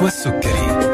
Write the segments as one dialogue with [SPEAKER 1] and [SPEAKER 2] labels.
[SPEAKER 1] نشوى السكري.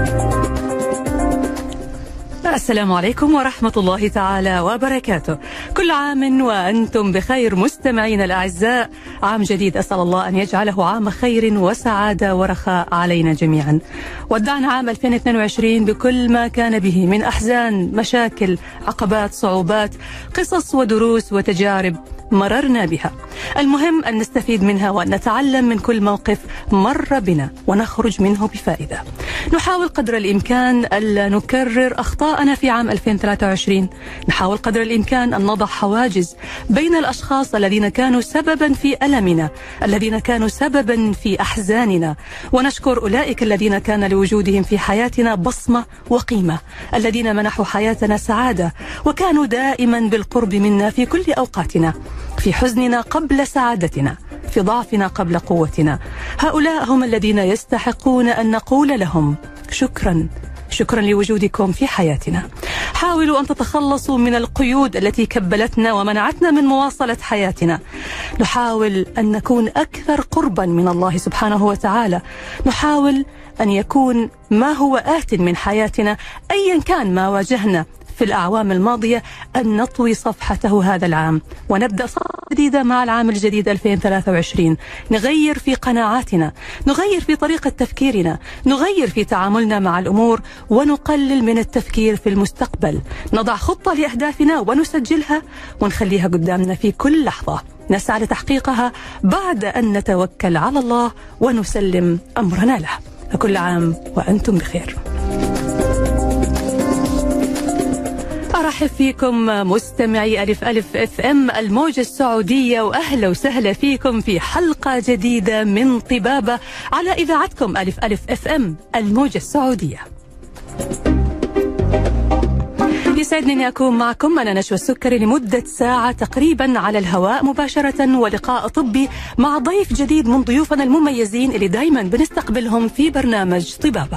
[SPEAKER 2] السلام عليكم ورحمة الله تعالى وبركاته. كل عام وأنتم بخير مستمعين الأعزاء، عام جديد أسأل الله أن يجعله عام خير وسعادة ورخاء علينا جميعا. ودعنا عام 2022 بكل ما كان به من أحزان، مشاكل، عقبات، صعوبات، قصص ودروس وتجارب مررنا بها. المهم أن نستفيد منها وأن نتعلم من كل موقف مر بنا ونخرج منه بفائدة. نحاول قدر الإمكان ألا نكرر أخطاءنا في عام 2023. نحاول قدر الإمكان أن نضع حواجز بين الأشخاص الذين كانوا سببا في ألمنا، الذين كانوا سببا في أحزاننا، ونشكر أولئك الذين كان لوجودهم في حياتنا بصمة وقيمة، الذين منحوا حياتنا سعادة وكانوا دائما بالقرب منا في كل أوقاتنا، في حزننا قبل سعادتنا، في ضعفنا قبل قوتنا. هؤلاء هم الذين يستحقون أن نقول لهم شكرا، شكرا لوجودكم في حياتنا. حاولوا أن تتخلصوا من القيود التي كبلتنا ومنعتنا من مواصلة حياتنا. نحاول أن نكون أكثر قربا من الله سبحانه وتعالى. نحاول أن يكون ما هو آت من حياتنا أيا كان ما واجهنا في الأعوام الماضية أن نطوي صفحته هذا العام ونبدأ صفحة جديدة مع العام الجديد 2023. نغير في قناعاتنا، نغير في طريقة تفكيرنا، نغير في تعاملنا مع الأمور، ونقلل من التفكير في المستقبل. نضع خطة لأهدافنا ونسجلها ونخليها قدامنا في كل لحظة، نسعى لتحقيقها بعد أن نتوكل على الله ونسلم أمرنا له. كل عام وأنتم بخير. أرحب فيكم مستمعي ألف ألف اف ام الموجة السعودية، وأهلا وسهلا فيكم في حلقة جديدة من طبابة على إذاعتكم ألف ألف اف ام الموجة السعودية. يسعدني أني أكون معكم أنا نشوى السكري لمدة ساعة تقريبا على الهواء مباشرة، ولقاء طبي مع ضيف جديد من ضيوفنا المميزين اللي دايما بنستقبلهم في برنامج طبابة.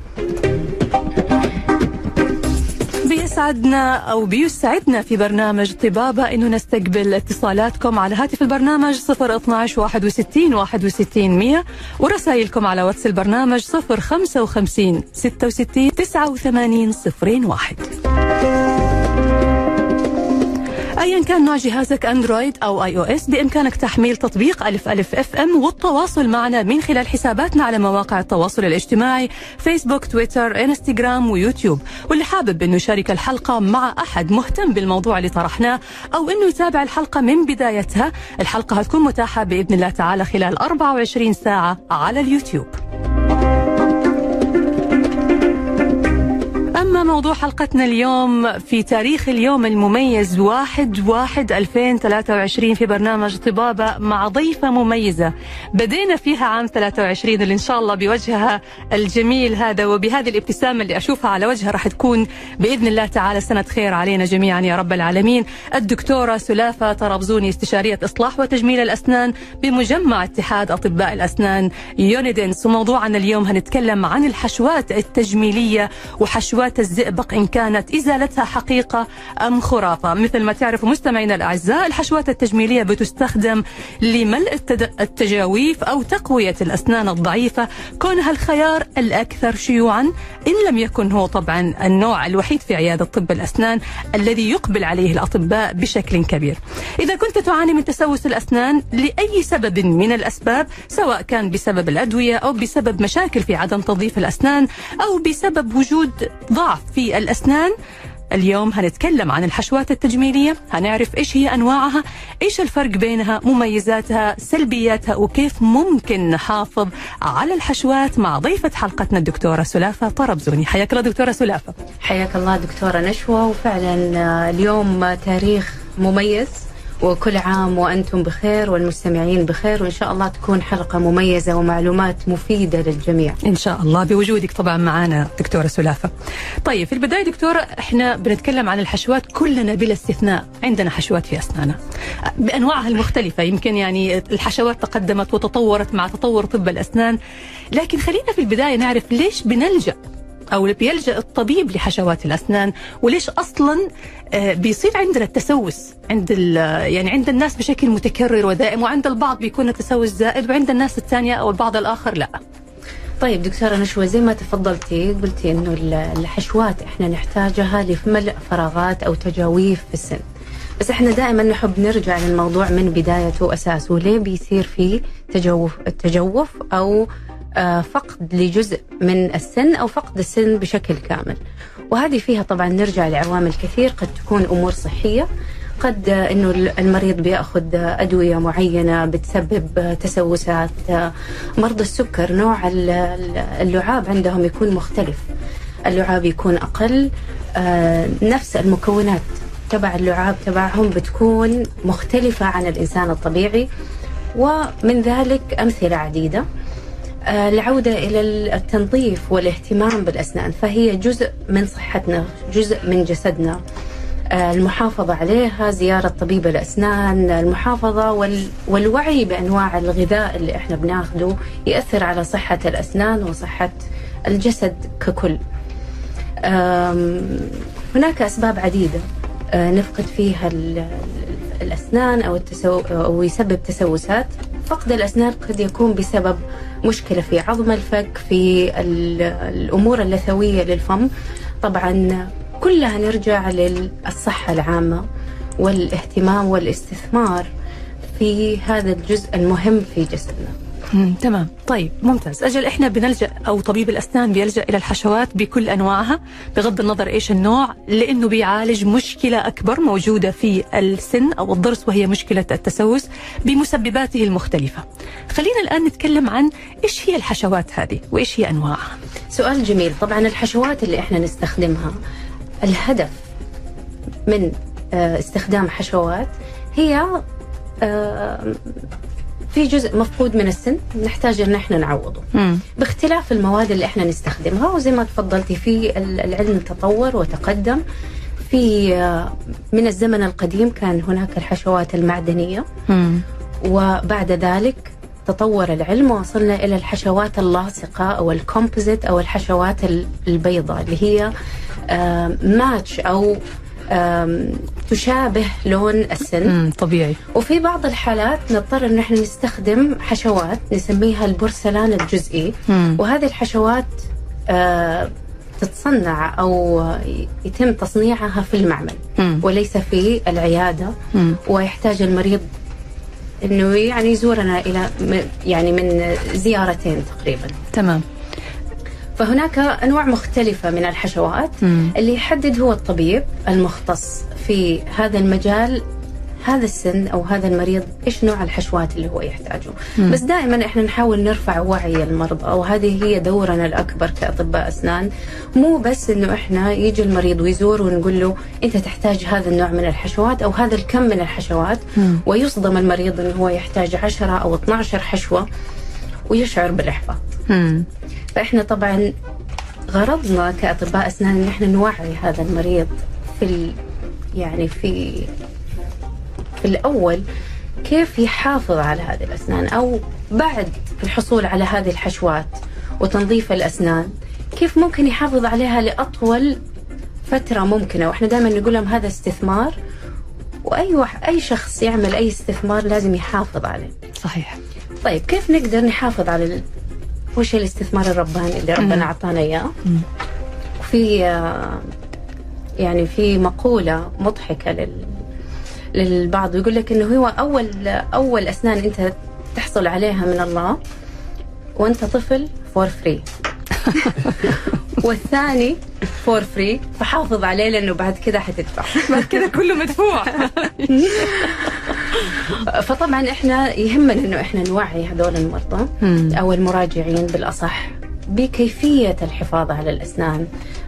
[SPEAKER 2] بيسعدنا في برنامج طبابة إنه نستقبل اتصالاتكم على هاتف البرنامج 012 61 61 100، ورسائلكم على واتس البرنامج 055 66 89 01. أيا كان نوع جهازك أندرويد أو آي أو إس، بإمكانك تحميل تطبيق ألف ألف اف ام والتواصل معنا من خلال حساباتنا على مواقع التواصل الاجتماعي فيسبوك، تويتر، انستغرام ويوتيوب. واللي حابب أنه يشارك الحلقة مع أحد مهتم بالموضوع اللي طرحناه أو أنه يتابع الحلقة من بدايتها، الحلقة هتكون متاحة بإذن الله تعالى خلال 24 ساعة على اليوتيوب. أما موضوع حلقتنا اليوم في تاريخ اليوم المميز 1/1/2023 في برنامج طبابة مع ضيفة مميزة بدينا فيها عام 23 اللي إن شاء الله بوجهها الجميل هذا وبهذه الابتسامة اللي أشوفها على وجهها راح تكون بإذن الله تعالى سنة خير علينا جميعا يا رب العالمين. الدكتورة سلافة طرابزوني، استشارية إصلاح وتجميل الأسنان بمجمع اتحاد أطباء الأسنان يونيدنس. وموضوعنا اليوم هنتكلم عن الحشوات التجميلية وحشوات الزئبق، إن كانت إزالتها حقيقة أم خرافة. مثل ما تعرفوا مستمعينا الأعزاء، الحشوات التجميلية بتستخدم لملء التجاويف أو تقوية الأسنان الضعيفة، كونها الخيار الأكثر شيوعا، إن لم يكن هو طبعا النوع الوحيد في عيادة طب الأسنان الذي يقبل عليه الأطباء بشكل كبير. إذا كنت تعاني من تسوس الأسنان لأي سبب من الأسباب، سواء كان بسبب الأدوية أو بسبب مشاكل في عدم تنظيف الأسنان أو بسبب وجود ضعف في الأسنان، اليوم هنتكلم عن الحشوات التجميلية، هنعرف إيش هي أنواعها، إيش الفرق بينها، مميزاتها، سلبياتها، وكيف ممكن نحافظ على الحشوات مع ضيفة حلقتنا الدكتورة سلافة طرابزوني. حياك الله دكتورة سلافة.
[SPEAKER 3] حياك الله دكتورة نشوى. وفعلا اليوم تاريخ مميز، وكل عام وأنتم بخير والمستمعين بخير، وإن شاء الله تكون حلقة مميزة ومعلومات مفيدة للجميع
[SPEAKER 2] إن شاء الله بوجودك طبعا معنا دكتورة سلافة. طيب في البداية دكتورة، إحنا بنتكلم عن الحشوات، كلنا بلا استثناء عندنا حشوات في أسناننا بأنواعها المختلفة. يمكن يعني الحشوات تقدمت وتطورت مع تطور طب الأسنان، لكن خلينا في البداية نعرف ليش بنلجأ أو بيلجأ الطبيب لحشوات الأسنان، وليش أصلا بيصير عندنا التسوس عند الناس بشكل متكرر ودائم، وعند البعض بيكون التسوس زائد وعند الناس الثانية أو البعض الآخر لا.
[SPEAKER 3] طيب دكتورة نشوى، زي ما تفضلتي قلتي إنه الحشوات إحنا نحتاجها لملء فراغات أو تجاويف في السن، بس إحنا دائما نحب نرجع للموضوع من بدايته وأساسه، ليه بيصير فيه تجوف أو فقد لجزء من السن أو فقد السن بشكل كامل. وهذه فيها طبعا نرجع لعوامل كثير، قد تكون أمور صحية، قد إنه المريض بيأخذ أدوية معينة بتسبب تسوسات. مرضى السكر نوع اللعاب عندهم يكون مختلف، اللعاب يكون أقل، نفس المكونات تبع اللعاب تبعهم بتكون مختلفة عن الإنسان الطبيعي، ومن ذلك أمثلة عديدة. العودة إلى التنظيف والاهتمام بالأسنان، فهي جزء من صحتنا، جزء من جسدنا، المحافظة عليها، زيارة طبيب الأسنان، المحافظة والوعي بأنواع الغذاء اللي إحنا بناخده يأثر على صحة الأسنان وصحة الجسد ككل. هناك أسباب عديدة نفقد فيها الأسنان أو يسبب تسوسات. فقد الأسنان قد يكون بسبب مشكلة في عظم الفك، في الأمور اللثوية للفم. طبعا كلها نرجع للصحة العامة والاهتمام والاستثمار في هذا الجزء المهم في جسدنا.
[SPEAKER 2] تمام، طيب ممتاز. أجل إحنا بنلجأ أو طبيب الأسنان بيلجأ إلى الحشوات بكل أنواعها بغض النظر إيش النوع، لأنه بيعالج مشكلة أكبر موجودة في السن أو الضرس، وهي مشكلة التسوس بمسبباته المختلفة. خلينا الآن نتكلم عن إيش هي الحشوات هذه وإيش هي أنواعها.
[SPEAKER 3] سؤال جميل. طبعا الحشوات اللي إحنا نستخدمها، الهدف من استخدام حشوات هي في جزء مفقود من السن نحتاج ان احنا نعوضه باختلاف المواد اللي احنا نستخدمها. وزي ما تفضلتي في العلم تطور وتقدم. في من الزمن القديم كان هناك الحشوات المعدنية، وبعد ذلك تطور العلم ووصلنا الى الحشوات اللاصقة او الكومبوزيت او الحشوات البيضاء اللي هي ماتش او تشابه لون السن
[SPEAKER 2] طبيعي.
[SPEAKER 3] وفي بعض الحالات نضطر ان احنا نستخدم حشوات نسميها البورسلان الجزئي. وهذه الحشوات تتصنع او يتم تصنيعها في المعمل وليس في العيادة. ويحتاج المريض انه يعني يزورنا الى يعني من زيارتين تقريبا.
[SPEAKER 2] تمام.
[SPEAKER 3] فهناك أنواع مختلفة من الحشوات اللي يحدد هو الطبيب المختص في هذا المجال، هذا السن أو هذا المريض إيش نوع الحشوات اللي هو يحتاجه. بس دائما إحنا نحاول نرفع وعي المرضى، وهذه هي دورنا الأكبر كأطباء أسنان. مو بس إنه إحنا يجي المريض ويزور ونقول له أنت تحتاج هذا النوع من الحشوات أو هذا الكم من الحشوات، ويصدم المريض إنه هو يحتاج 10 أو 12 حشوة ويشعر بالإحباط. فإحنا طبعا غرضنا كأطباء أسنان إن إحنا نوعي هذا المريض يعني في الأول كيف يحافظ على هذه الأسنان، أو بعد الحصول على هذه الحشوات وتنظيف الأسنان كيف ممكن يحافظ عليها لأطول فترة ممكنة. وإحنا دائما نقول لهم هذا استثمار، وأي شخص يعمل أي استثمار لازم يحافظ عليه.
[SPEAKER 2] صحيح.
[SPEAKER 3] طيب كيف نقدر نحافظ على وش الاستثمار الرباني اللي ربنا أعطانا إياه؟ في يعني في مقولة مضحكة للبعض يقول لك إنه هو أول أسنان أنت تحصل عليها من الله وأنت طفل فور فري والثاني فور فري، فحافظ عليه لأنه بعد كده حتدفع،
[SPEAKER 2] بعد كده كله مدفوع.
[SPEAKER 3] فطبعا احنا يهمنا انه احنا نوعي هذول المرضى او المراجعين بالاصح بكيفية الحفاظ على الاسنان،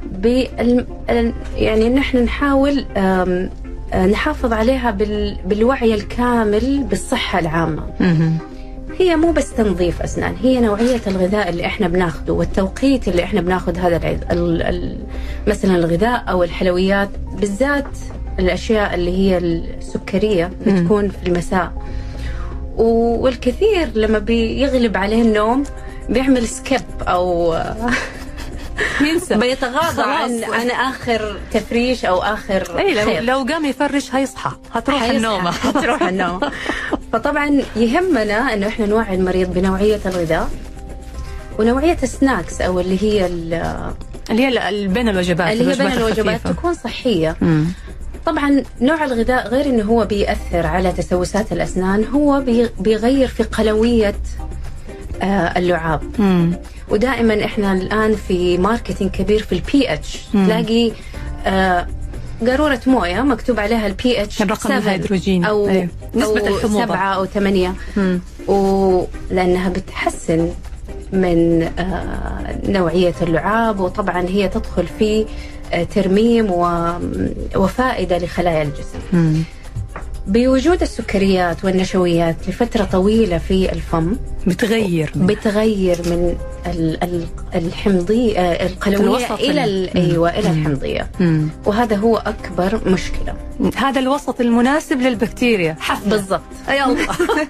[SPEAKER 3] يعني ان احنا نحاول نحافظ عليها بالوعي الكامل بالصحة العامة. هي مو بس تنظيف أسنان، هي نوعية الغذاء اللي إحنا بناخده والتوقيت اللي إحنا بناخد هذا مثلا الغذاء أو الحلويات، بالذات الأشياء اللي هي السكرية بتكون في المساء. والكثير لما بيغلب عليه النوم بيعمل سكيب أو
[SPEAKER 2] ينسى،
[SPEAKER 3] بيتغاضى عن آخر تفريش أو آخر
[SPEAKER 2] لو قام يفرش هيصحى، هتروح النوم.
[SPEAKER 3] فطبعا يهمنا أنه إحنا نوعي المريض بنوعية الغذاء ونوعية السناكس أو اللي هي
[SPEAKER 2] بين الوجبات،
[SPEAKER 3] اللي هي بين الوجبات تكون صحية. طبعا نوع الغذاء غير انه هو بيأثر على تسوسات الأسنان، هو بيغير في قلوية اللعاب. ودائما احنا الآن في ماركتينج كبير في البي اتش، تلاقي قارورة موية مكتوب عليها البي اتش
[SPEAKER 2] الرقم الهيدروجيني
[SPEAKER 3] أو
[SPEAKER 2] نسبة الحموضة
[SPEAKER 3] 7 أو 8، ولأنها بتحسن من نوعية اللعاب، وطبعا هي تدخل في ترميم وفائدة لخلايا الجسم. بوجود السكريات والنشويات لفترة طويلة في الفم بتغير من الحمضية القلوية إلى الحمضية، وهذا هو أكبر مشكلة.
[SPEAKER 2] هذا الوسط المناسب للبكتيريا
[SPEAKER 3] بالضبط.
[SPEAKER 2] يا الله.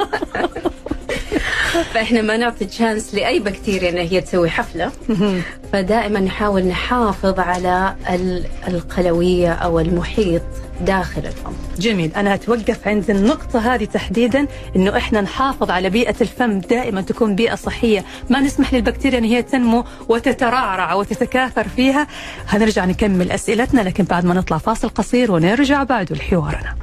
[SPEAKER 3] فإحنا ما نعطي تشانس لأي بكتيريا إن هي تسوي حفلة، فدائما نحاول نحافظ على القلوية أو المحيط داخل الفم.
[SPEAKER 2] جميل. أنا أتوقف عند النقطة هذه تحديدا، إنه إحنا نحافظ على بيئة الفم دائما تكون بيئة صحية، ما نسمح للبكتيريا إن هي تنمو وتترعرع وتتكاثر فيها. هنرجع نكمل أسئلتنا لكن بعد ما نطلع فاصل قصير ونرجع بعده لحوارنا.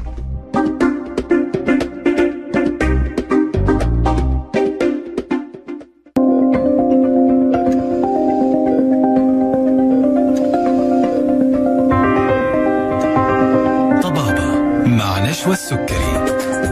[SPEAKER 1] والسكري.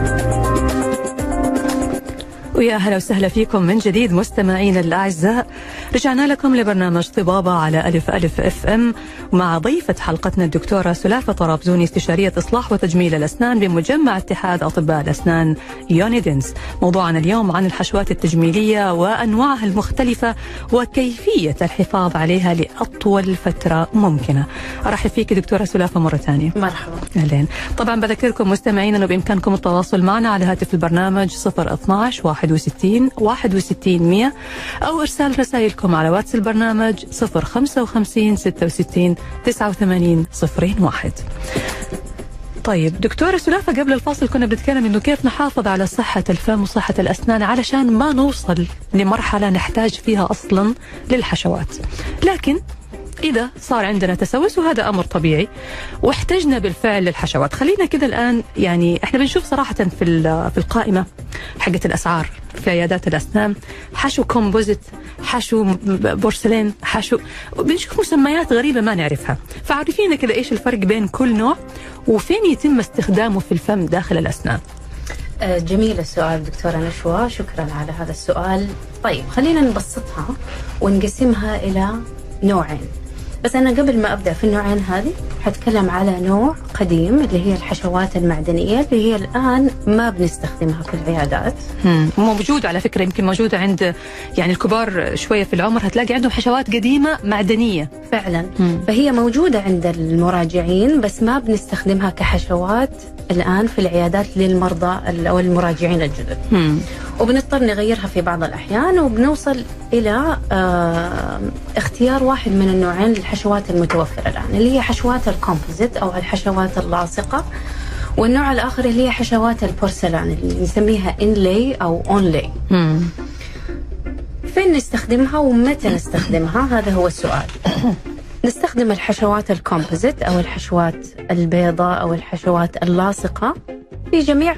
[SPEAKER 2] ويا أهلا وسهلا فيكم من جديد مستمعين الأعزاء. رجعنا لكم لبرنامج طبابة على ألف ألف اف ام مع ضيفة حلقتنا الدكتورة سلافة طرابزوني، استشارية إصلاح وتجميل الأسنان بمجمع اتحاد أطباء الأسنان يونيدنس. موضوعنا اليوم عن الحشوات التجميلية وأنواعها المختلفة وكيفية الحفاظ عليها لأطول فترة ممكنة. أرحب فيك دكتورة سلافة مرة ثانية.
[SPEAKER 3] مرحبا.
[SPEAKER 2] أهلين. طبعا بذكركم مستمعين أنه بإمكانكم التواصل معنا على هاتف البرنامج 012 61 61 100 أو إرسال رسائلكم على واتس البرنامج 055 66 89 01. طيب دكتورة سلافة، قبل الفاصل كنا بنتكلم إنه كيف نحافظ على صحة الفم وصحة الأسنان علشان ما نوصل لمرحلة نحتاج فيها أصلا للحشوات. لكن إذا صار عندنا تسوس وهذا أمر طبيعي واحتجنا بالفعل للحشوات، خلينا كذا الآن يعني إحنا بنشوف صراحة في القائمة حقة الأسعار في عيادات الأسنان حشو كومبوزيت، حشو بورسلين، حشو، بنشوف مسميات غريبة ما نعرفها. فعرفينا كذا إيش الفرق بين كل نوع وفين يتم استخدامه في الفم داخل الأسنان.
[SPEAKER 3] جميل السؤال دكتورة نشوى، شكرا على هذا السؤال. طيب خلينا نبسطها ونقسمها إلى نوعين، بس أنا قبل ما أبدأ في النوعين هذه حتكلم على نوع قديم اللي هي الحشوات المعدنية، اللي هي الآن ما بنستخدمها في العيادات.
[SPEAKER 2] موجودة على فكرة، يمكن موجودة عند يعني الكبار شوية في العمر، هتلاقي عندهم حشوات قديمة معدنية فعلا.
[SPEAKER 3] فهي موجودة عند المراجعين بس ما بنستخدمها كحشوات الآن في العيادات للمرضى أو المراجعين الجدد. وبنضطر نغيرها في بعض الأحيان، وبنوصل إلى اختيار واحد من النوعين للحشوات المتوفرة الآن، اللي هي حشوات الكومبوزيت أو الحشوات اللاصقة، والنوع الآخر اللي هي حشوات البورسلان اللي نسميها إنلي أو أونلي. فين نستخدمها ومتى نستخدمها؟ هذا هو السؤال. نستخدم الحشوات الكومبوزيت أو الحشوات البيضاء أو الحشوات اللاصقة في جميع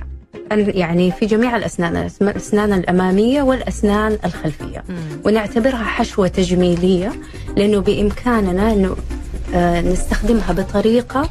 [SPEAKER 3] الأسنان الأمامية والأسنان الخلفية، ونعتبرها حشوة تجميلية لأنه بإمكاننا أنه نستخدمها بطريقة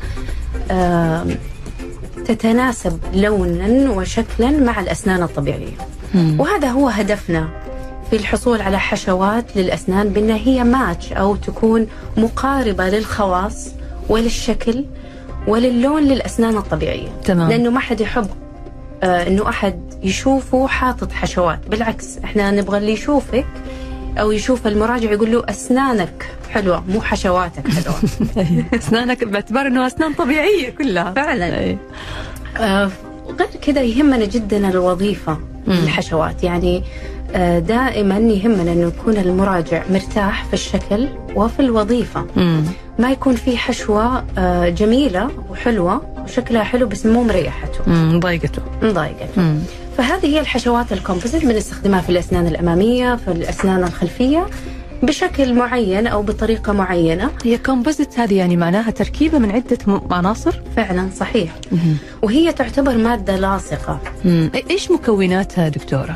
[SPEAKER 3] تتناسب لونا وشكلا مع الأسنان الطبيعية. وهذا هو هدفنا في الحصول على حشوات للأسنان، بأنها هي ماتش أو تكون مقاربة للخواص وللشكل وللون للأسنان الطبيعية.
[SPEAKER 2] تمام.
[SPEAKER 3] لأنه ما حد يحب أنه أحد يشوفه حاطط حشوات، بالعكس إحنا نبغى اللي يشوفك أو يشوف المراجع يقول له أسنانك حلوة مو حشواتك حلوة.
[SPEAKER 2] أسنانك باعتبار أنه أسنان طبيعية كلها
[SPEAKER 3] فعلا. غير كده يهمنا جدا الوظيفة الحشوات، يعني دائما يهمنا أنه يكون المراجع مرتاح في الشكل وفي الوظيفة. ما يكون في حشوة جميلة وحلوة وشكلها حلو بس مو مريحته،
[SPEAKER 2] مضايقته.
[SPEAKER 3] فهذه هي الحشوات الكومبوزيت، بنستخدمها في الأسنان الأمامية، في الأسنان الخلفية بشكل معين أو بطريقة معينة.
[SPEAKER 2] هي كومبوزيت هذه يعني معناها تركيبة من عدة عناصر؟
[SPEAKER 3] فعلا صحيح. وهي تعتبر مادة لاصقة.
[SPEAKER 2] إيش مكوناتها دكتورة؟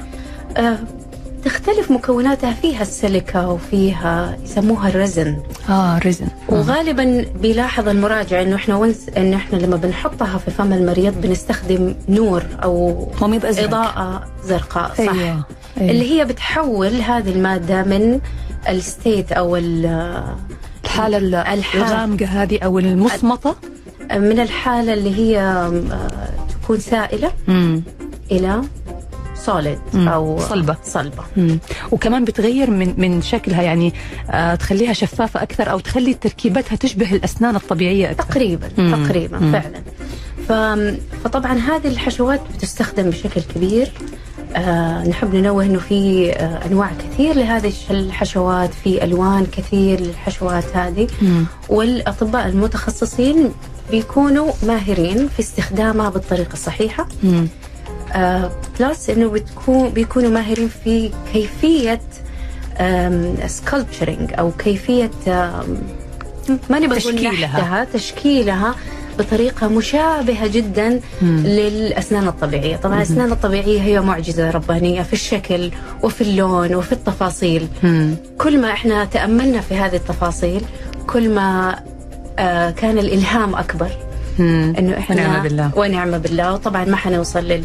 [SPEAKER 3] تختلف مكوناتها، فيها السيليكا وفيها يسموها الرزن.
[SPEAKER 2] رزن.
[SPEAKER 3] وغالبا بيلاحظ المراجع انه احنا لما بنحطها في فم المريض بنستخدم نور او اضاءة زرقاء. صح.
[SPEAKER 2] أيوة.
[SPEAKER 3] اللي هي بتحول هذه المادة من الستيت او
[SPEAKER 2] الحالة الغامقة هذه او المصمطة،
[SPEAKER 3] من الحالة اللي هي تكون سائلة الى سوليد أو صلبة.
[SPEAKER 2] وكمان بتغير من شكلها، يعني تخليها شفافة أكثر أو تخلي تركيبتها تشبه الأسنان الطبيعية أكثر.
[SPEAKER 3] تقريبا فعلا. فطبعا هذه الحشوات بتستخدم بشكل كبير. نحب ننوه أنه في أنواع كثير لهذه الحشوات، في ألوان كثير للحشوات هذه. والأطباء المتخصصين بيكونوا ماهرين في استخدامها بالطريقة الصحيحة. بلس انه بيكونوا ماهرين في كيفيه سكالبتشرينج او كيفيه ما نبغى نقول تشكيلها بطريقة مشابهة جدا للأسنان الطبيعية. طبعا الأسنان الطبيعية هي معجزة ربانية في الشكل وفي اللون وفي التفاصيل. كل ما احنا تأملنا في هذه التفاصيل كل ما كان الإلهام أكبر. انه احنا ونعم بالله، وطبعا ما حنوصل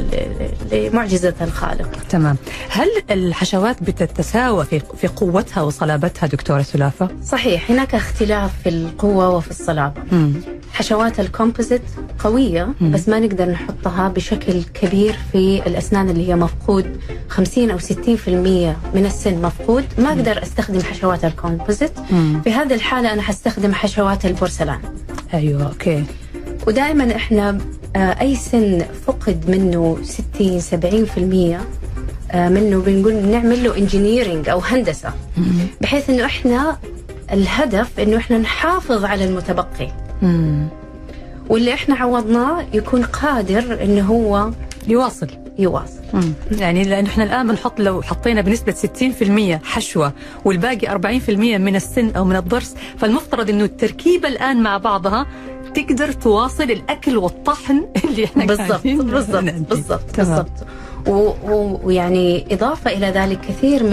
[SPEAKER 3] لمعجزة الخالق.
[SPEAKER 2] تمام. هل الحشوات بتتساوى في قوتها وصلابتها دكتورة سلافة؟
[SPEAKER 3] صحيح، هناك اختلاف في القوة وفي الصلابة. حشوات الكومبوزيت قوية بس ما نقدر نحطها بشكل كبير في الأسنان اللي هي مفقود 50 أو 60% من السن مفقود. ما أقدر أستخدم حشوات الكومبوزيت. في هذه الحالة أنا حستخدم حشوات البورسلان.
[SPEAKER 2] أيوة أوكي.
[SPEAKER 3] ودائما إحنا أي سن فقد منه 60-70% منه بنقول نعمل له انجينيرينج أو هندسة، بحيث إنه إحنا الهدف إنه إحنا نحافظ على المتبقي. واللي إحنا عوضناه يكون قادر إنه هو يواصل.
[SPEAKER 2] يعني لأن إحنا الآن بنحط، لو حطينا بنسبة 60% حشوة والباقي 40% من السن أو من الضرس، فالمفترض إنه التركيبة الآن مع بعضها تقدر تواصل الأكل والطحن اللي إحنا
[SPEAKER 3] بالضبط. ويعني إضافة إلى ذلك كثير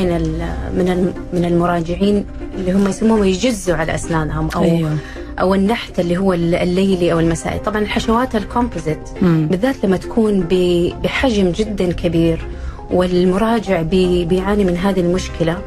[SPEAKER 3] من المراجعين اللي هم يسموهم يجزوا على أسنانهم أو النحت اللي هو الليلي أو المسائي. طبعا الحشوات الكومبوزيت بالذات لما تكون بحجم جدا كبير والمراجع بيعاني من هذه المشكلة،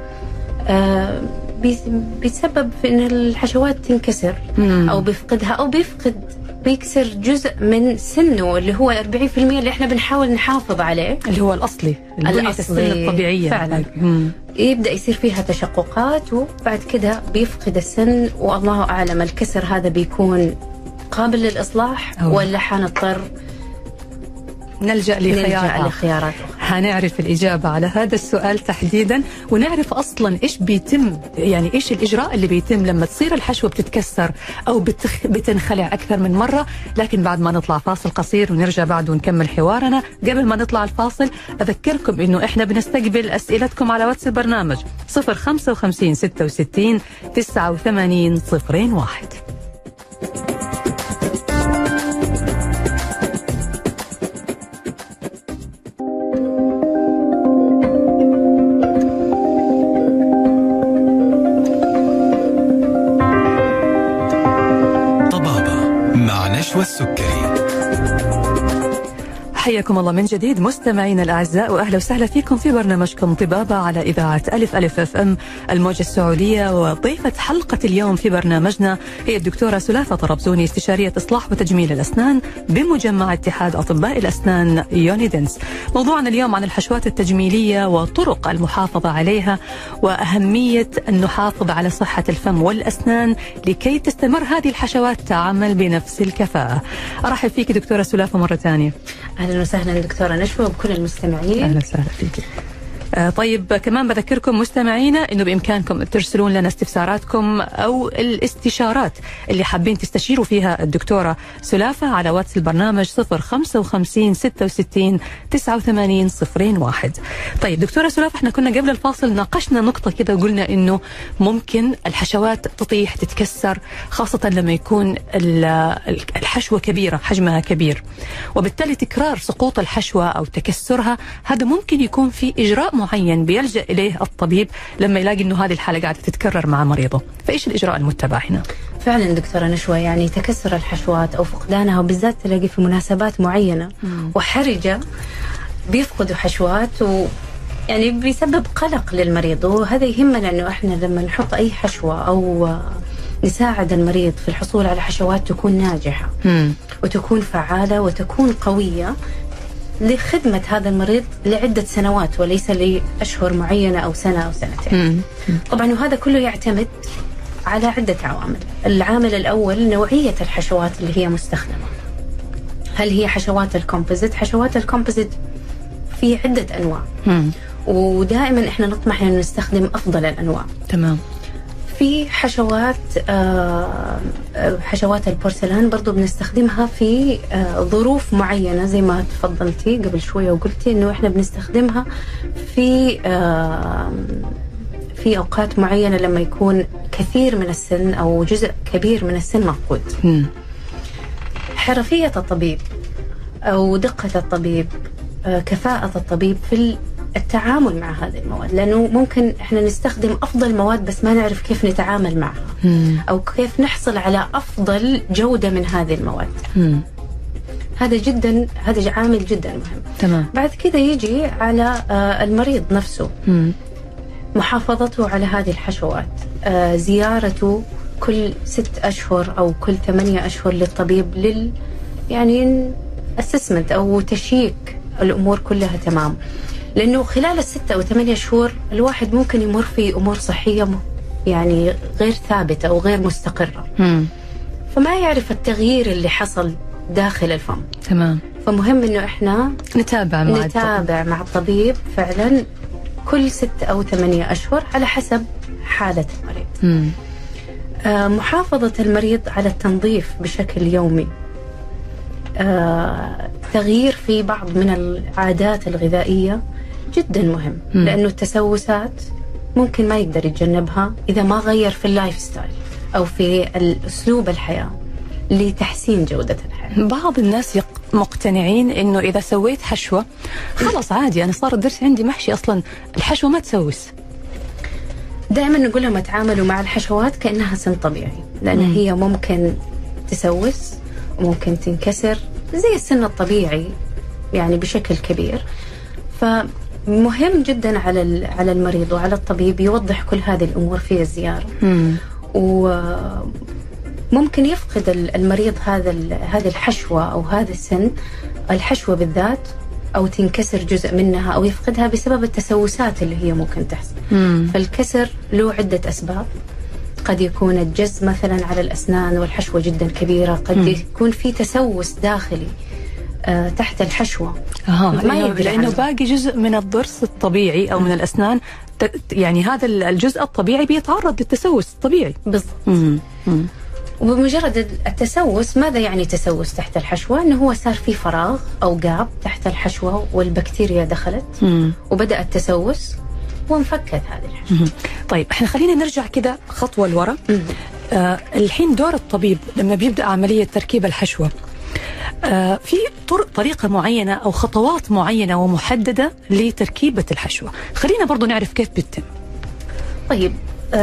[SPEAKER 3] بيسبب في إن الحشوات تنكسر أو بيفقدها أو بيكسر جزء من سنه اللي هو 40% اللي احنا بنحاول نحافظ عليه،
[SPEAKER 2] اللي هو الأصلي السن الطبيعية
[SPEAKER 3] فعلا. يبدأ يصير فيها تشققات وبعد كده بيفقد السن، والله أعلم الكسر هذا بيكون قابل للإصلاح ولا حنضطر
[SPEAKER 2] نلجأ لخيارات. هنعرف الإجابة على هذا السؤال تحديدا، ونعرف أصلا إيش بيتم، يعني إيش الإجراء اللي بيتم لما تصير الحشوة بتتكسر أو بتنخلع أكثر من مرة. لكن بعد ما نطلع فاصل قصير ونرجع بعد ونكمل حوارنا. قبل ما نطلع الفاصل أذكركم إنه إحنا بنستقبل أسئلتكم على واتس البرنامج 055 66 89 01.
[SPEAKER 1] والسكري.
[SPEAKER 2] حياكم الله من جديد مستمعينا الأعزاء، وأهلا وسهلا فيكم في برنامجكم طبابة على إذاعة ألف ألف FM الموجة السعودية. وضيفة حلقة اليوم في برنامجنا هي الدكتورة سلافة طرابزوني، استشارية إصلاح وتجميل الأسنان بمجمع اتحاد أطباء الأسنان يونيدنس. موضوعنا اليوم عن الحشوات التجميلية وطرق المحافظة عليها، وأهمية أن نحافظ على صحة الفم والأسنان لكي تستمر هذه الحشوات تعمل بنفس الكفاءة. أرحب فيك دكتورة سلافة مرة ثانية.
[SPEAKER 3] أهلا وسهلا دكتورة نشوى وبكل المستمعين.
[SPEAKER 2] أهلا وسهلا فيك. طيب كمان بذكركم مستمعينا انه بامكانكم ترسلون لنا استفساراتكم او الاستشارات اللي حابين تستشيروا فيها الدكتورة سلافة على واتس البرنامج 055 66 89 01. طيب دكتورة سلافة، احنا كنا قبل الفاصل ناقشنا نقطة كذا وقلنا انه ممكن الحشوات تطيح تتكسر، خاصة لما يكون الحشوة كبيرة، حجمها كبير، وبالتالي تكرار سقوط الحشوة او تكسرها هذا ممكن يكون في اجراء معين بيلجأ اليه الطبيب لما يلاقي انه هذه الحالة قاعدة تتكرر مع مريضه. فايش الاجراء المتبع هنا؟
[SPEAKER 3] فعلا دكتورة نشوى، يعني تكسر الحشوات او فقدانها، وبالذات تلاقي في مناسبات معينة وحرجة بيفقدوا حشوات، يعني بيسبب قلق للمريض. وهذا يهمنا انه احنا لما نحط اي حشوة او نساعد المريض في الحصول على حشوات تكون ناجحة وتكون فعالة وتكون قوية لخدمة هذا المريض لعدة سنوات وليس لأشهر معينة أو سنة أو سنتين. طبعا وهذا كله يعتمد على عدة عوامل. العامل الأول نوعية الحشوات اللي هي مستخدمة. هل هي حشوات الكومبوزيت؟ حشوات الكومبوزيت في عدة أنواع، ودائما إحنا نطمح أن نستخدم أفضل الأنواع.
[SPEAKER 2] تمام.
[SPEAKER 3] في حشوات البورسلان برضو بنستخدمها في ظروف معينة، زي ما تفضلتي قبل شوية وقلتي إنه إحنا بنستخدمها في أوقات معينة لما يكون كثير من السن أو جزء كبير من السن مفقود. حرفية الطبيب أو دقة الطبيب، كفاءة الطبيب في التعامل مع هذه المواد، لأنه ممكن إحنا نستخدم أفضل مواد بس ما نعرف كيف نتعامل معها أو كيف نحصل على أفضل جودة من هذه المواد. هذا عامل جدا مهم.
[SPEAKER 2] تمام.
[SPEAKER 3] بعد كده يجي على المريض نفسه، محافظته على هذه الحشوات، زيارته كل 6 أشهر أو كل 8 أشهر للطبيب يعني assessment أو تشيك الأمور كلها تمام. لأنه خلال 6 أو 8 شهور الواحد ممكن يمر في أمور صحية يعني غير ثابتة أو غير مستقرة، فما يعرف التغيير اللي حصل داخل الفم.
[SPEAKER 2] تمام.
[SPEAKER 3] فمهم إنه إحنا
[SPEAKER 2] نتابع
[SPEAKER 3] مع الطبيب فعلا كل 6 أو 8 أشهر على حسب حالة المريض. محافظة المريض على التنظيف بشكل يومي، تغيير في بعض من العادات الغذائية جدا مهم، لأنه التسوسات ممكن ما يقدر يتجنبها إذا ما غير في اللايف ستايل أو في أسلوب الحياة لتحسين جودة الحياة.
[SPEAKER 2] بعض الناس مقتنعين إنه إذا سويت حشوة خلاص عادي، أنا صار الدرس عندي محشي أصلا، الحشوة ما تسوس.
[SPEAKER 3] دائما نقول لهم تعاملوا مع الحشوات كأنها سن طبيعي، لأن هي ممكن تسوس وممكن تنكسر زي السن الطبيعي يعني بشكل كبير. فمهم جدا على المريض وعلى الطبيب يوضح كل هذه الأمور في الزيارة. وممكن يفقد المريض هذه الحشوة أو هذا السن، الحشوة بالذات، أو تنكسر جزء منها أو يفقدها بسبب التسوسات اللي هي ممكن تحصل. فالكسر له عدة أسباب. قد يكون الجز مثلا على الأسنان والحشوة جدا كبيرة، قد يكون في تسوس داخلي تحت الحشوة
[SPEAKER 2] لأنه باقي جزء من الضرس الطبيعي أو من الأسنان، يعني هذا الجزء الطبيعي بيتعرض للتسوس الطبيعي.
[SPEAKER 3] بالضبط. وبمجرد التسوس، ماذا يعني تسوس تحت الحشوة؟ أنه هو صار في فراغ أو جاب تحت الحشوة والبكتيريا دخلت وبدأ التسوس وانفكت هذه الحشوة.
[SPEAKER 2] طيب احنا خلينا نرجع كده خطوة لورا. الحين دور الطبيب لما بيبدأ عملية تركيب الحشوة، في طريقة معينة أو خطوات معينة ومحددة لتركيبة الحشوة، خلينا برضو نعرف كيف بتتم.
[SPEAKER 3] طيب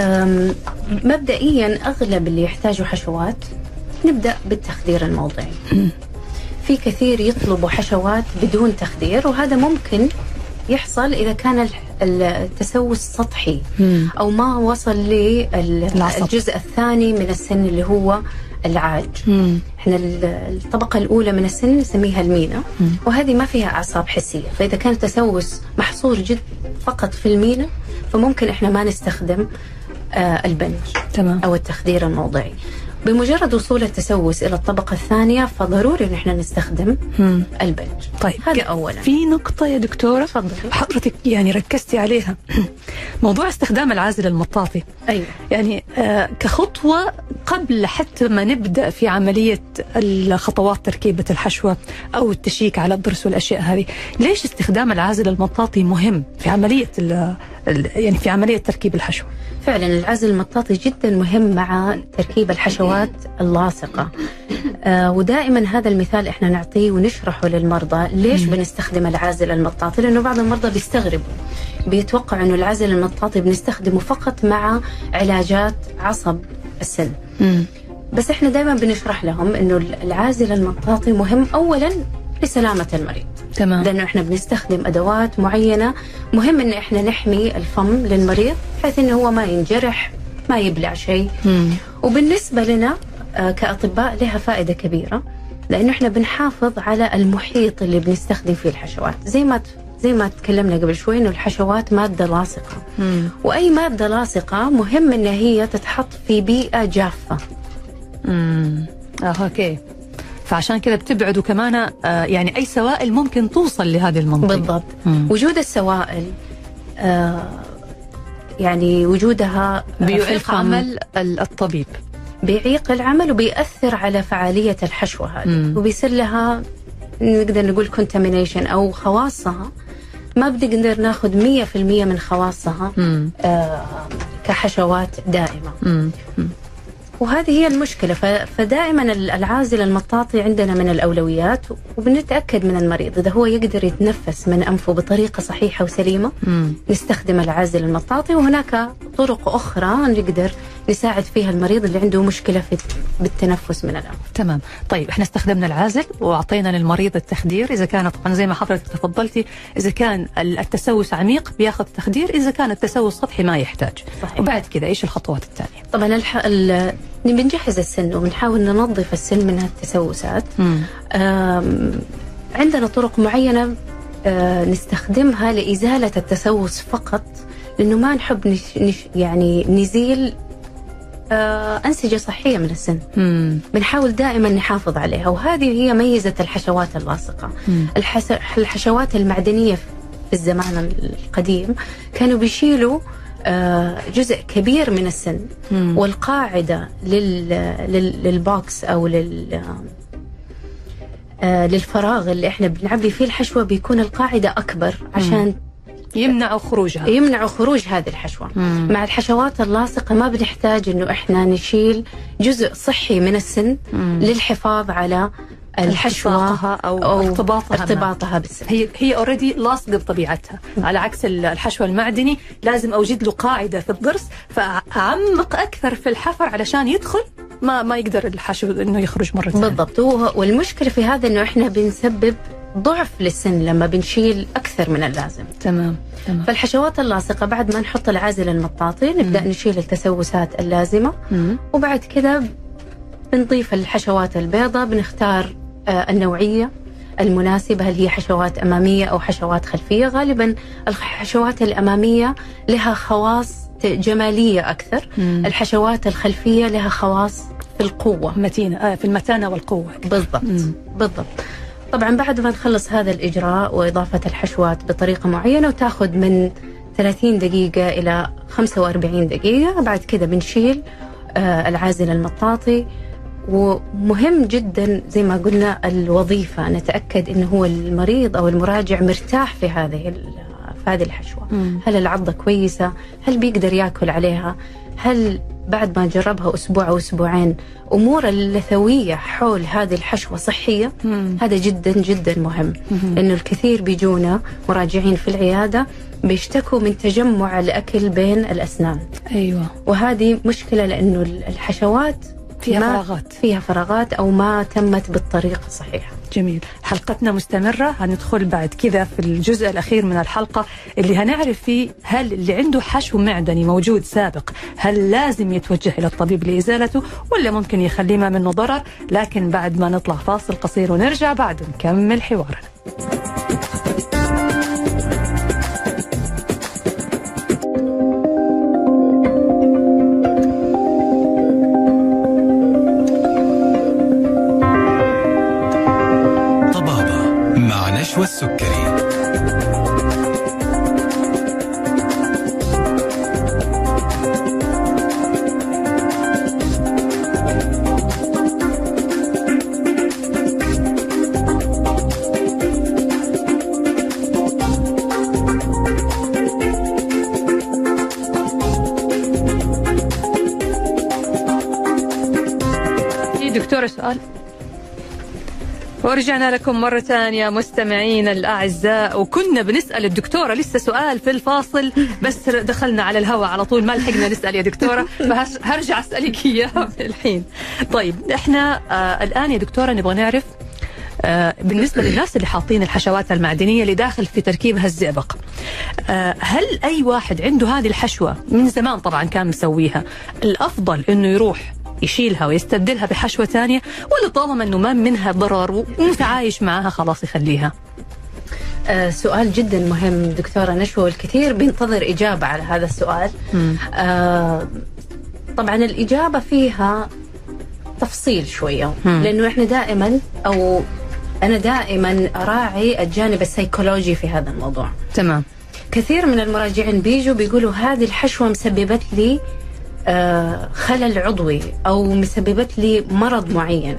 [SPEAKER 3] مبدئيا أغلب اللي يحتاجوا حشوات نبدأ بالتخدير الموضعي. في كثير يطلبوا حشوات بدون تخدير، وهذا ممكن يحصل إذا كان التسوس سطحي أو ما وصل للجزء الثاني من السن اللي هو العاج. احنا الطبقة الأولى من السن نسميها المينا، وهذه ما فيها أعصاب حسية، فإذا كان التسوس محصور فقط في المينا فممكن احنا ما نستخدم البنج.
[SPEAKER 2] تمام.
[SPEAKER 3] أو التخدير الموضعي. بمجرد وصول التسوس إلى الطبقة الثانية فضروري إن إحنا نستخدم البنج.
[SPEAKER 2] طيب
[SPEAKER 3] هذا أولا.
[SPEAKER 2] في نقطة يا دكتورة
[SPEAKER 3] تفضلي.
[SPEAKER 2] حضرتك يعني ركزتي عليها موضوع استخدام العازل المطاطي.
[SPEAKER 3] أيوة.
[SPEAKER 2] يعني كخطوة قبل حتى ما نبدأ في عملية الخطوات تركيبة الحشوة أو التشيك على الضرس والأشياء هذه، ليش استخدام العازل المطاطي مهم في عملية يعني في عملية تركيب الحشوة؟
[SPEAKER 3] فعلا العازل المطاطي جدا مهم مع تركيب الحشوات اللاصقة. ودائما هذا المثال احنا نعطيه ونشرحه للمرضى ليش بنستخدم العازل المطاطي، لأنه بعض المرضى بيستغربوا، بيتوقع أنه العازل المطاطي بنستخدمه فقط مع علاجات عصب السن. بس احنا دائما بنشرح لهم أنه العازل المطاطي مهم أولا لسلامة المريض.
[SPEAKER 2] تمام.
[SPEAKER 3] لأنه إحنا بنستخدم أدوات معينة، مهم إن إحنا نحمي الفم للمريض بحيث إنه هو ما ينجرح، ما يبلع شيء. وبالنسبة لنا كأطباء لها فائدة كبيرة، لأنه إحنا بنحافظ على المحيط اللي بنستخدم فيه الحشوات. زي ما تكلمنا قبل شوي إنه الحشوات مادة لاصقة، وأي مادة لاصقة مهم إن هي تتحط في بيئة جافة.
[SPEAKER 2] أوكي. فعشان كذا بتبعدوا كمان يعني أي سوائل ممكن توصل لهذه المنطقة.
[SPEAKER 3] بالضبط. وجود السوائل يعني وجودها
[SPEAKER 2] بيعيق عمل الطبيب،
[SPEAKER 3] بيعيق العمل وبيأثر على فعالية الحشوة هذه، وبيصير لها نقدر نقول contamination أو خواصها ما بنقدر ناخذ 100% من خواصها كحشوات دائمة. وهذه هي المشكلة. فدائما العازل المطاطي عندنا من الأولويات، وبنتأكد من المريض إذا هو يقدر يتنفس من أنفه بطريقة صحيحة وسليمة نستخدم العازل المطاطي. وهناك طرق أخرى نقدر نساعد فيها المريض اللي عنده مشكلة بالتنفس من الأنف.
[SPEAKER 2] تمام. طيب احنا استخدمنا العازل وأعطينا للمريض التخدير، إذا كان طبعا زي ما حضرتك تفضلتي، إذا كان التسوس عميق بياخذ تخدير، إذا كان التسوس سطحي ما يحتاج.
[SPEAKER 3] صحيح.
[SPEAKER 2] وبعد كذا إيش الخطوات الثانية؟
[SPEAKER 3] طبعا بنجهز السن وبنحاول ننظف السن من التسوسات. عندنا طرق معينة نستخدمها لإزالة التسوس فقط، لأنه ما نحب يعني نزيل أنسجة صحية من السن. بنحاول دائما نحافظ عليها، وهذه هي ميزة الحشوات اللاصقة. الحشوات المعدنية في الزمان القديم كانوا بيشيلوا جزء كبير من السن، والقاعدة للبوكس أو للفراغ اللي احنا بنعبي فيه الحشوة بيكون القاعدة أكبر عشان
[SPEAKER 2] يمنعوا
[SPEAKER 3] خروج هذه الحشوة. مع الحشوات اللاصقة ما بنحتاج إنه إحنا نشيل جزء صحي من السن للحفاظ على الحشوة
[SPEAKER 2] أو
[SPEAKER 3] ارتباطها بالسن.
[SPEAKER 2] هي اوريدي لاصقة بطبيعتها، على عكس الحشوة المعدني لازم أوجد له قاعدة في الضرس فأعمق أكثر في الحفر علشان يدخل ما يقدر الحشو إنه يخرج مرة ثانية.
[SPEAKER 3] بالضبط. والمشكلة في هذا إنه إحنا بنسبب ضعف للسن لما بنشيل أكثر من اللازم.
[SPEAKER 2] تمام.
[SPEAKER 3] فالحشوات اللاصقة بعد ما نحط العازل المطاطي نبدأ نشيل التسوسات اللازمة، وبعد كده بنضيف الحشوات البيضاء. بنختار النوعية المناسبة، هل هي حشوات أمامية أو حشوات خلفية. غالبا الحشوات الأمامية لها خواص جمالية أكثر، الحشوات الخلفية لها خواص في القوة،
[SPEAKER 2] متينة في المتانة والقوة.
[SPEAKER 3] بالضبط. طبعا بعد ما نخلص هذا الإجراء وإضافة الحشوات بطريقة معينة، وتاخذ من 30 دقيقة إلى 45 دقيقة، بعد كده بنشيل العازل المطاطي. ومهم جدا زي ما قلنا الوظيفة، نتأكد إنه هو المريض أو المراجع مرتاح في هذه الحشوة. هل العضة كويسة؟ هل بيقدر يأكل عليها؟ هل بعد ما نجربها أسبوع أو أسبوعين أمور اللثوية حول هذه الحشوة صحية؟ هذا جدا جدا مهم، لأنه الكثير بيجونا مراجعين في العيادة بيشتكوا من تجمع الأكل بين الأسنان.
[SPEAKER 2] أيوة.
[SPEAKER 3] وهذه مشكلة، لأنه الحشوات فيها فراغات أو ما تمت بالطريقة الصحيحة.
[SPEAKER 2] جميل. حلقتنا مستمرة، هندخل بعد كذا في الجزء الأخير من الحلقة اللي هنعرف فيه هل اللي عنده حشو معدني موجود سابق هل لازم يتوجه إلى الطبيب لإزالته ولا ممكن يخليه ما منه ضرر. لكن بعد ما نطلع فاصل قصير ونرجع بعد نكمل حوارنا.
[SPEAKER 1] نشوى السكري.
[SPEAKER 2] دكتورة سؤال، ورجعنا لكم مرة ثانية مستمعين الأعزاء، وكنا بنسأل الدكتورة لسه سؤال في الفاصل بس دخلنا على الهواء على طول، ما لحقنا نسأل يا دكتورة، فهرجع أسألك إياها الحين. طيب إحنا الآن يا دكتورة نبغى نعرف بالنسبة للناس اللي حاطين الحشوات المعدنية اللي داخل في تركيبها الزئبق، هل أي واحد عنده هذه الحشوة من زمان طبعا كان مسويها، الأفضل إنه يروح يشيلها ويستبدلها بحشوة ثانية، ولا طالما أنه ما منها ضرر ومتعايش معها خلاص يخليها؟
[SPEAKER 3] سؤال جدا مهم دكتورة نشوى، والكثير بينتظر إجابة على هذا السؤال. طبعا الإجابة فيها تفصيل شوية، لأنه إحنا دائما أو أنا دائما أراعي الجانب السيكولوجي في هذا الموضوع.
[SPEAKER 2] تمام.
[SPEAKER 3] كثير من المراجعين بيجوا بيقولوا هذه الحشوة مسببت لي خلل عضوي أو مسببت لي مرض معين،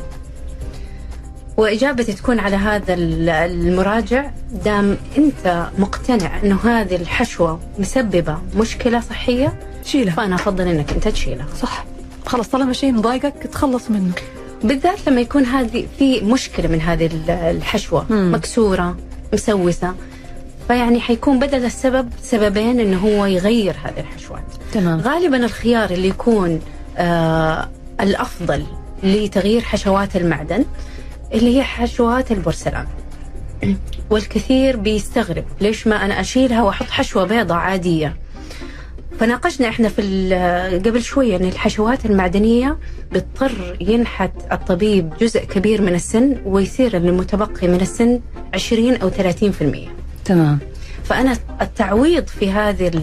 [SPEAKER 3] وإجابتي تكون على هذا المراجع دام أنت مقتنع أنه هذه الحشوة مسببة مشكلة صحية
[SPEAKER 2] شيلها،
[SPEAKER 3] فأنا أفضل أنك أنت تشيلها.
[SPEAKER 2] صح، خلاص طالما شيء مضايقك تخلص منه،
[SPEAKER 3] بالذات لما يكون هذه في مشكلة من هذه الحشوة مكسورة مسوسة، فيعني حيكون بدل السبب سببين أنه هو يغير هذه الحشوات.
[SPEAKER 2] تمام.
[SPEAKER 3] غالبا الخيار اللي يكون الأفضل لتغيير حشوات المعدن اللي هي حشوات البورسلان، والكثير بيستغرب ليش ما أنا أشيلها وأحط حشوة بيضاء عادية. فناقشنا إحنا في قبل شوية أن الحشوات المعدنية بيضطر ينحت الطبيب جزء كبير من السن ويصير المتبقي من السن 20 أو 30%.
[SPEAKER 2] تمام.
[SPEAKER 3] فأنا التعويض في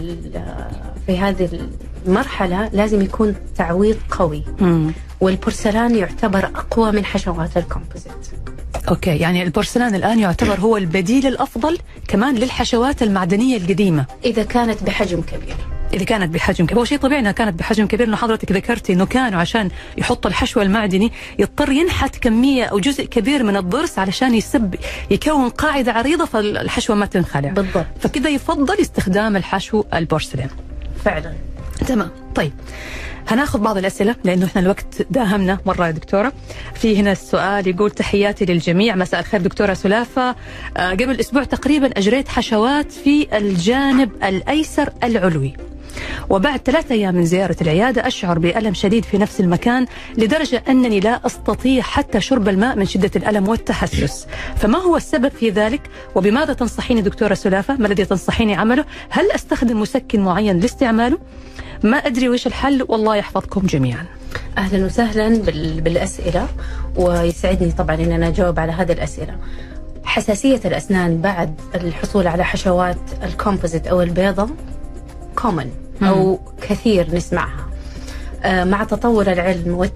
[SPEAKER 3] هذه المرحلة لازم يكون تعويض قوي. والبورسلان يعتبر أقوى من حشوات الكومبوزيت.
[SPEAKER 2] أوكي، يعني البورسلان الآن يعتبر هو البديل الأفضل كمان للحشوات المعدنية القديمة
[SPEAKER 3] إذا كانت بحجم كبير.
[SPEAKER 2] إذا كانت بحجم كبير، هو شيء طبيعي أنها كانت بحجم كبير، إنه حضرتك ذكرتي إنه كانوا عشان يحط الحشوة المعدني يضطر ينحت كمية أو جزء كبير من الضرس علشان يكون قاعدة عريضة فالحشوة ما تنخلع.
[SPEAKER 3] بالضبط.
[SPEAKER 2] فكذا يفضل استخدام الحشو البورسلين.
[SPEAKER 3] فعلا.
[SPEAKER 2] تمام. طيب هناخذ بعض الأسئلة لأنه إحنا الوقت داهمنا مرة يا دكتورة. في هنا السؤال يقول: تحياتي للجميع، مساء الخير دكتورة سلافة. قبل أسبوع تقريبا أجريت حشوات في الجانب الأيسر العلوي، وبعد 3 أيام من زيارة العيادة أشعر بألم شديد في نفس المكان لدرجة أنني لا أستطيع حتى شرب الماء من شدة الألم والتحسس، فما هو السبب في ذلك؟ وبماذا تنصحيني دكتورة سلافة؟ ما الذي تنصحيني عمله؟ هل أستخدم مسكن معين لاستعماله؟ ما أدري وإيش الحل، والله يحفظكم جميعا.
[SPEAKER 3] أهلا وسهلا بالأسئلة، ويسعدني طبعا أن أنا أجاوب على هذه الأسئلة. حساسية الأسنان بعد الحصول على حشوات الكومبوزيت أو البيضة كومن أو كثير نسمعها. مع تطور العلم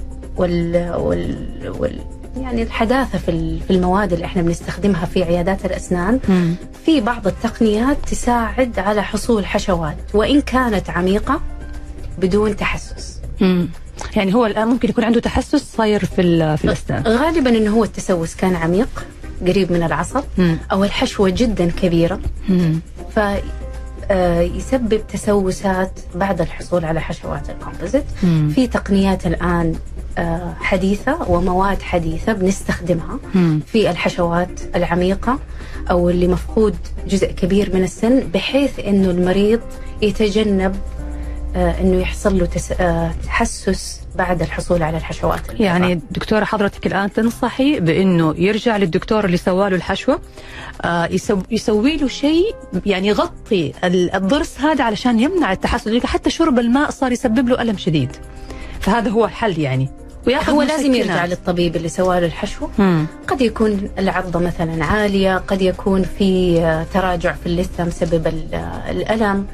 [SPEAKER 3] يعني الحداثة في المواد اللي احنا بنستخدمها في عيادات الأسنان، في بعض التقنيات تساعد على حصول حشوات وإن كانت عميقة بدون تحسس.
[SPEAKER 2] يعني هو الآن ممكن يكون عنده تحسس صاير في الأسنان،
[SPEAKER 3] غالبا إنه هو التسوس كان عميق قريب من العصب، أو الحشوة جدا كبيرة، يسبب تسوسات بعد الحصول على حشوات الكومبوزيت. في تقنيات الآن حديثة ومواد حديثة بنستخدمها في الحشوات العميقة أو اللي مفقود جزء كبير من السن، بحيث إنه المريض يتجنب إنه يحصل له تحسس بعد الحصول على الحشوات.
[SPEAKER 2] يعني دكتورة حضرتك الآن تنصحي بأنه يرجع للدكتور اللي سواله الحشوة، يسوي له شيء يعني يغطي الضرس هذا علشان يمنع التحسس، حتى شرب الماء صار يسبب له ألم شديد، فهذا هو الحل يعني.
[SPEAKER 3] هو لازم يرجع للطبيب اللي سواله الحشو. قد يكون العضة مثلا عالية، قد يكون في تراجع في اللثة مسبب الألم،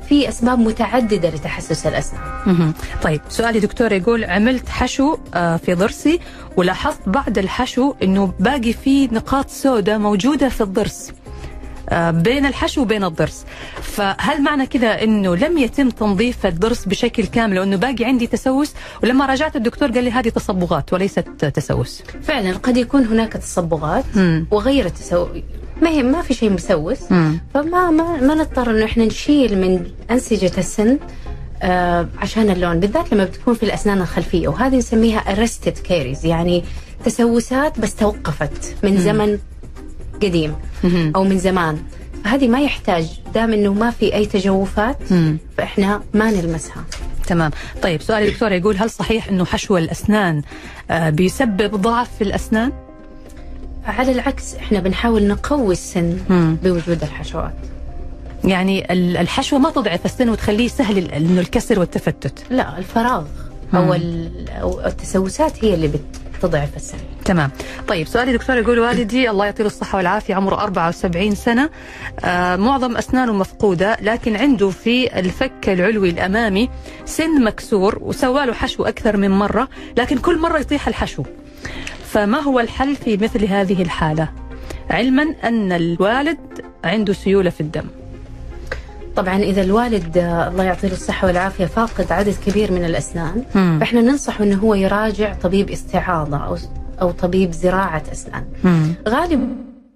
[SPEAKER 3] في أسباب متعددة لتحسس الأسنان.
[SPEAKER 2] طيب سؤالي دكتور يقول عملت حشو في ضرسي ولاحظت بعد الحشو أنه باقي فيه نقاط سوداء موجودة في الضرس بين الحشو وبين الضرس، فهل معنى كذا أنه لم يتم تنظيف الضرس بشكل كامل وأنه باقي عندي تسوس؟ ولما راجعت الدكتور قال لي هذه تصبغات وليست تسوس.
[SPEAKER 3] فعلا قد يكون هناك تصبغات وغير التسوس، ما في شيء مسوس، فما ما نضطر انه احنا نشيل من انسجه السن عشان اللون، بالذات لما بتكون في الاسنان الخلفيه، وهذه نسميها arrested caries، يعني تسوسات بس توقفت من زمن قديم او من زمان، فهذه ما يحتاج، دام انه ما في اي تجوفات فاحنا ما نلمسها.
[SPEAKER 2] تمام. طيب سؤالي دكتور يقول هل صحيح انه حشو الاسنان بيسبب ضعف في الاسنان؟
[SPEAKER 3] على العكس، احنا بنحاول نقوي السن بوجود الحشوات.
[SPEAKER 2] يعني الحشوة ما تضعف السن وتخليه سهل انه الكسر والتفتت؟
[SPEAKER 3] لا، الفراغ او التسوسات هي اللي بتضعف السن.
[SPEAKER 2] تمام. طيب سؤالي دكتور يقول والدي الله يعطيه الصحة والعافية عمره 74 سنة، معظم أسنانه مفقودة، لكن عنده في الفك العلوي الأمامي سن مكسور وسواله حشو أكثر من مرة، لكن كل مرة يطيح الحشو، فما هو الحل في مثل هذه الحالة علما أن الوالد عنده سيولة في الدم؟
[SPEAKER 3] طبعا إذا الوالد الله يعطيه الصحة والعافية فاقد عدد كبير من الأسنان فإحنا ننصح أنه هو يراجع طبيب استعاضة أو طبيب زراعة أسنان. غالبا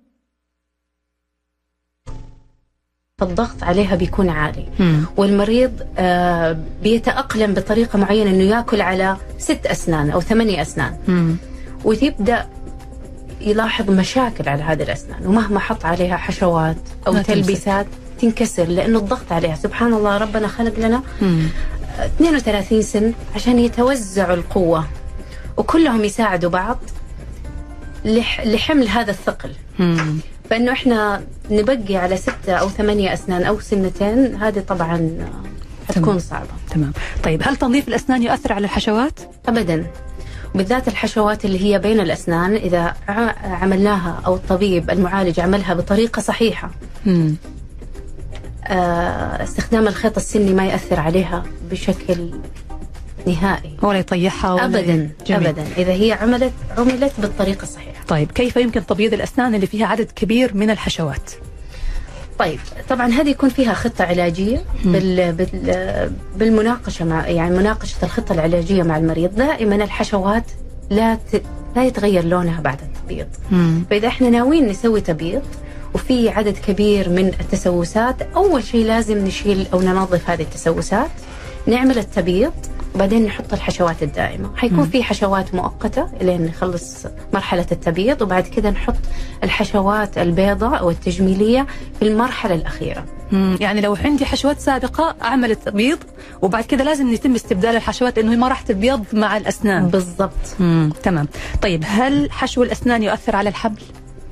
[SPEAKER 3] الضغط عليها بيكون عالي، والمريض بيتأقلم بطريقة معينة أنه يأكل على 6 أسنان أو 8 أسنان، ويبدأ يلاحظ مشاكل على هذه الأسنان، ومهما حط عليها حشوات أو تلبيسات تنكسر، لأنه الضغط عليها. سبحان الله، ربنا خلق لنا 32 سن عشان يتوزعوا القوة وكلهم يساعدوا بعض لحمل هذا الثقل. فإنه إحنا نبقي على 6 أو 8 أسنان أو سنتين، هذه طبعا هتكون صعبة.
[SPEAKER 2] تمام. طيب هل تنظيف الأسنان يؤثر على الحشوات؟
[SPEAKER 3] أبدا، بالذات الحشوات اللي هي بين الأسنان إذا عملناها أو الطبيب المعالج عملها بطريقة صحيحة، استخدام الخيط السني ما يأثر عليها بشكل نهائي
[SPEAKER 2] ولا يطيحها
[SPEAKER 3] أبدا. جميل. أبدا إذا هي عملت بالطريقة الصحيحة.
[SPEAKER 2] طيب كيف يمكن تبييض الأسنان اللي فيها عدد كبير من الحشوات؟
[SPEAKER 3] طيب طبعا هذه يكون فيها خطة علاجية بالمناقشة مع، يعني مناقشة الخطة العلاجية مع المريض. دائما الحشوات لا يتغير لونها بعد التبييض، فإذا احنا ناويين نسوي تبييض وفي عدد كبير من التسوسات، أول شيء لازم نشيل أو ننظف هذه التسوسات، نعمل التبييض، وبعدين نحط الحشوات الدائمة. حيكون في حشوات مؤقتة لين نخلص مرحلة التبييض، وبعد كده نحط الحشوات البيضاء أو التجميلية في المرحلة الأخيرة.
[SPEAKER 2] يعني لو عندي حشوات سابقة أعمل التبييض وبعد كده لازم يتم استبدال الحشوات لأنه ما راح تبيض مع الأسنان.
[SPEAKER 3] بالضبط.
[SPEAKER 2] تمام. طيب هل حشو الأسنان يؤثر على الحمل؟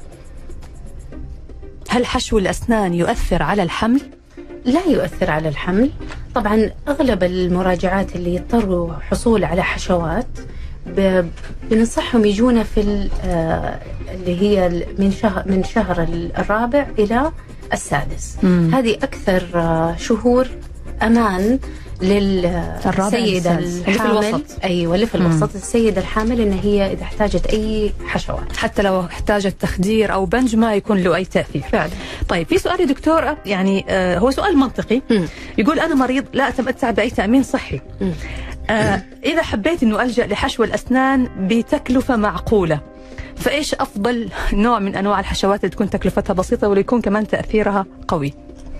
[SPEAKER 2] هل حشو الأسنان يؤثر على الحمل؟
[SPEAKER 3] لا يؤثر على الحمل. طبعا أغلب المراجعات اللي يضطروا حصول على حشوات بننصحهم يجونا في اللي هي من شهر الرابع إلى السادس. هذه أكثر شهور أمان للسيدة الحامل. أيوة، اللي في الوسط. السيدة الحامل إن هي إذا احتاجت أي حشوات،
[SPEAKER 2] حتى لو احتاجت تخدير أو بنج ما يكون له أي تأثير فعلا. طيب في سؤال يا دكتورة، يعني هو سؤال منطقي. يقول أنا مريض لا أتمتع بأي تأمين صحي، إذا حبيت إنه ألجأ لحشو الأسنان بتكلفة معقولة، فإيش أفضل نوع من أنواع الحشوات اللي تكون تكلفتها بسيطة ويكون كمان تأثيرها قوي؟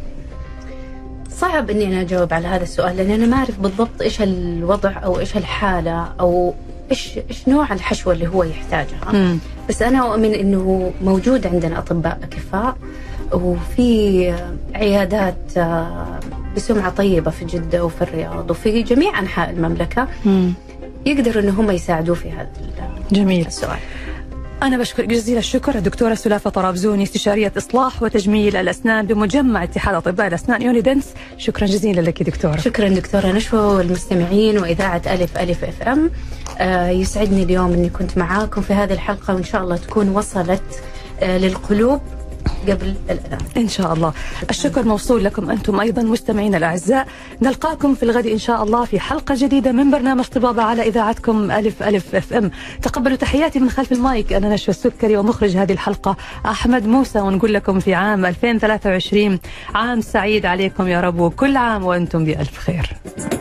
[SPEAKER 3] صعب إني أنا أجاوب على هذا السؤال، لأن أنا ما أعرف بالضبط إيش الوضع أو إيش الحالة أو إيش نوع الحشوة اللي هو يحتاجها. بس أنا أؤمن إنه موجود عندنا أطباء أكفاء، وفي عيادات بسمعة طيبة في جدة وفي الرياض وفي جميع أنحاء المملكة يقدروا إن هم يساعدوا في هذا
[SPEAKER 2] جميل
[SPEAKER 3] السؤال.
[SPEAKER 2] أنا بشكرك جزيل الشكر الدكتورة سلافة طرابزوني، استشارية إصلاح وتجميل الأسنان بمجمع اتحاد أطباء الأسنان يونيدنس. شكرا جزيلا لك دكتورة.
[SPEAKER 3] شكرا دكتورة نشوى والمستمعين وإذاعة ألف FM. يسعدني اليوم أني كنت معاكم في هذه الحلقة، وإن شاء الله تكون وصلت للقلوب قبل الأذان
[SPEAKER 2] إن شاء الله. الشكر موصول لكم أنتم أيضا مستمعينا الأعزاء. نلقاكم في الغد إن شاء الله في حلقة جديدة من برنامج طبابة على إذاعتكم ألف ألف اف ام. تقبلوا تحياتي من خلف المايك، أنا نشوى السكري، ومخرج هذه الحلقة أحمد موسى، ونقول لكم في عام 2023 عام سعيد عليكم يا رب، وكل عام وأنتم بألف خير.